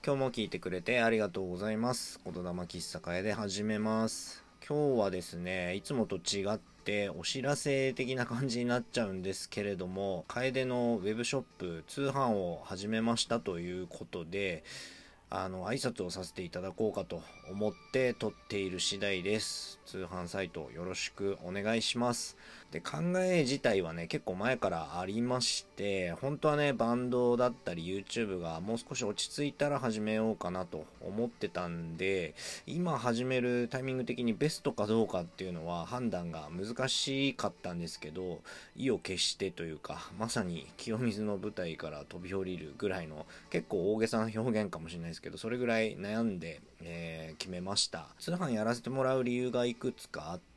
今日も聞いてくれてありがとうございます。言霊喫茶会で始めます。今日はですね、いつもと違ってお知らせ的な感じになっちゃうんですけれども、楓のウェブショップ通販を始めましたということで、挨拶をさせていただこうかと思って撮っている次第です。通販サイトよろしくお願いします。で、考え自体はね、結構前からありまして、本当はね、バンドだったり YouTube がもう少し落ち着いたら始めようかなと思ってたんで、今始めるタイミング的にベストかどうかっていうのは判断が難しかったんですけど、意を決してというか、まさに清水の舞台から飛び降りるぐらいの結構大げさな表現かもしれないですけど、それぐらい悩んで、決めました。通販やらせてもらう理由がいくつかあって、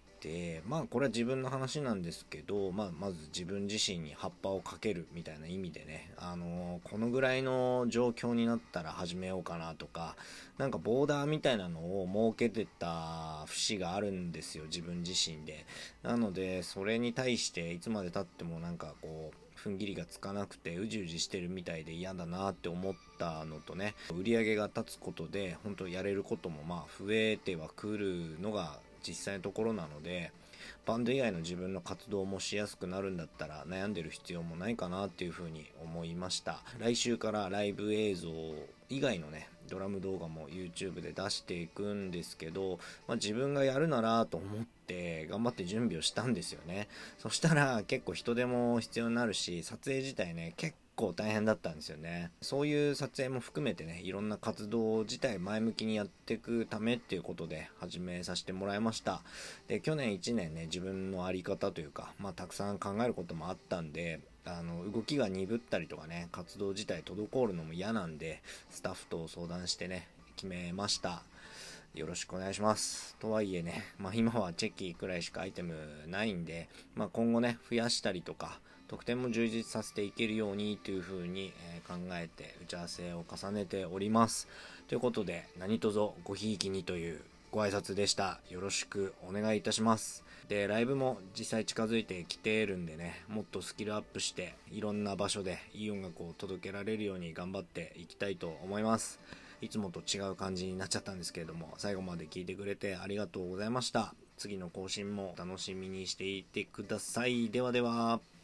これは自分の話なんですけど、まず自分自身に葉っぱをかけるみたいな意味でね、このぐらいの状況になったら始めようかなとか、なんかボーダーみたいなのを設けてた節があるんですよ、自分自身で。なのでそれに対していつまで経ってもなんかこう踏ん切りがつかなくてうじうじしてるみたいで嫌だなって思ったのとね、売り上げが立つことで本当やれることも増えてはくるのが実際のところなので、バンド以外の自分の活動もしやすくなるんだったら悩んでる必要もないかなっていうふうに思いました。来週からライブ映像以外のねドラム動画も YouTube で出していくんですけど、自分がやるならと思って頑張って準備をしたんですよね。そしたら結構人手も必要になるし、撮影自体ね結構大変だったんですよね。そういう撮影も含めてね、いろんな活動自体前向きにやっていくためっていうことで始めさせてもらいました。で、去年1年ね、自分の在り方というか、たくさん考えることもあったんで、動きが鈍ったりとかね、活動自体滞るのも嫌なんで、スタッフと相談してね、決めました。よろしくお願いします。とはいえね、今はチェキくらいしかアイテムないんで、今後ね、増やしたりとか、得点も充実させていけるようにというふうに考えて打ち合わせを重ねております。ということで、何卒ごひいきにというご挨拶でした。よろしくお願いいたします。で、ライブも実際近づいてきてるんでね、もっとスキルアップしていろんな場所でいい音楽を届けられるように頑張っていきたいと思います。いつもと違う感じになっちゃったんですけれども、最後まで聞いてくれてありがとうございました。次の更新も楽しみにしていてください。ではでは。